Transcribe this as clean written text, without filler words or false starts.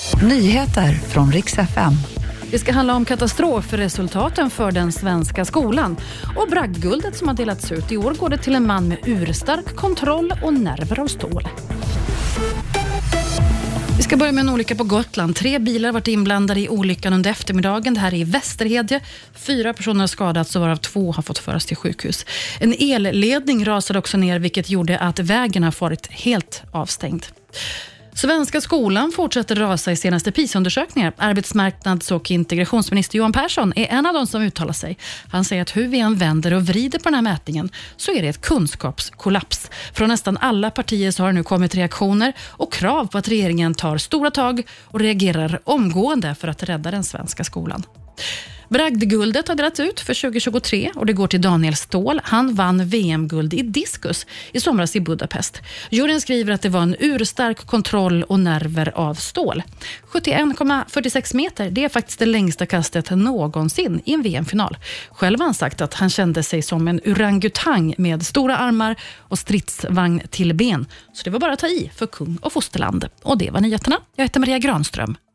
Nyheter från Rix FM. Det ska handla om katastrofresultaten för den svenska skolan och bragdguldet som har delats ut. I år går det till en man med urstark kontroll och nerver av stål. Vi ska börja med en olycka på Gotland. 3 bilar har varit inblandade i olyckan under eftermiddagen. Det här är i Västerhedje. 4 personer har skadats och varav 2 har fått föras till sjukhus. En elledning rasade också ner, vilket gjorde att vägen har varit helt avstängd. Svenska skolan fortsätter rasa i senaste PISA-undersökningar. Arbetsmarknads- och integrationsminister Johan Persson är en av de som uttalar sig. Han säger att hur vi än vänder och vrider på den här mätningen så är det ett kunskapskollaps. Från nästan alla partier så har det nu kommit reaktioner och krav på att regeringen tar stora tag och reagerar omgående för att rädda den svenska skolan. Bragdguldet har delats ut för 2023 och det går till Daniel Ståhl. Han vann VM-guld i diskus i somras i Budapest. Juryn skriver att det var en urstark kontroll och nerver av stål. 71,46 meter, det är faktiskt det längsta kastet någonsin i en VM-final. Själv har han sagt att han kände sig som en orangutang med stora armar och stridsvagn till ben. Så det var bara att ta i för kung och fosterland. Och det var nyheterna. Jag heter Maria Granström.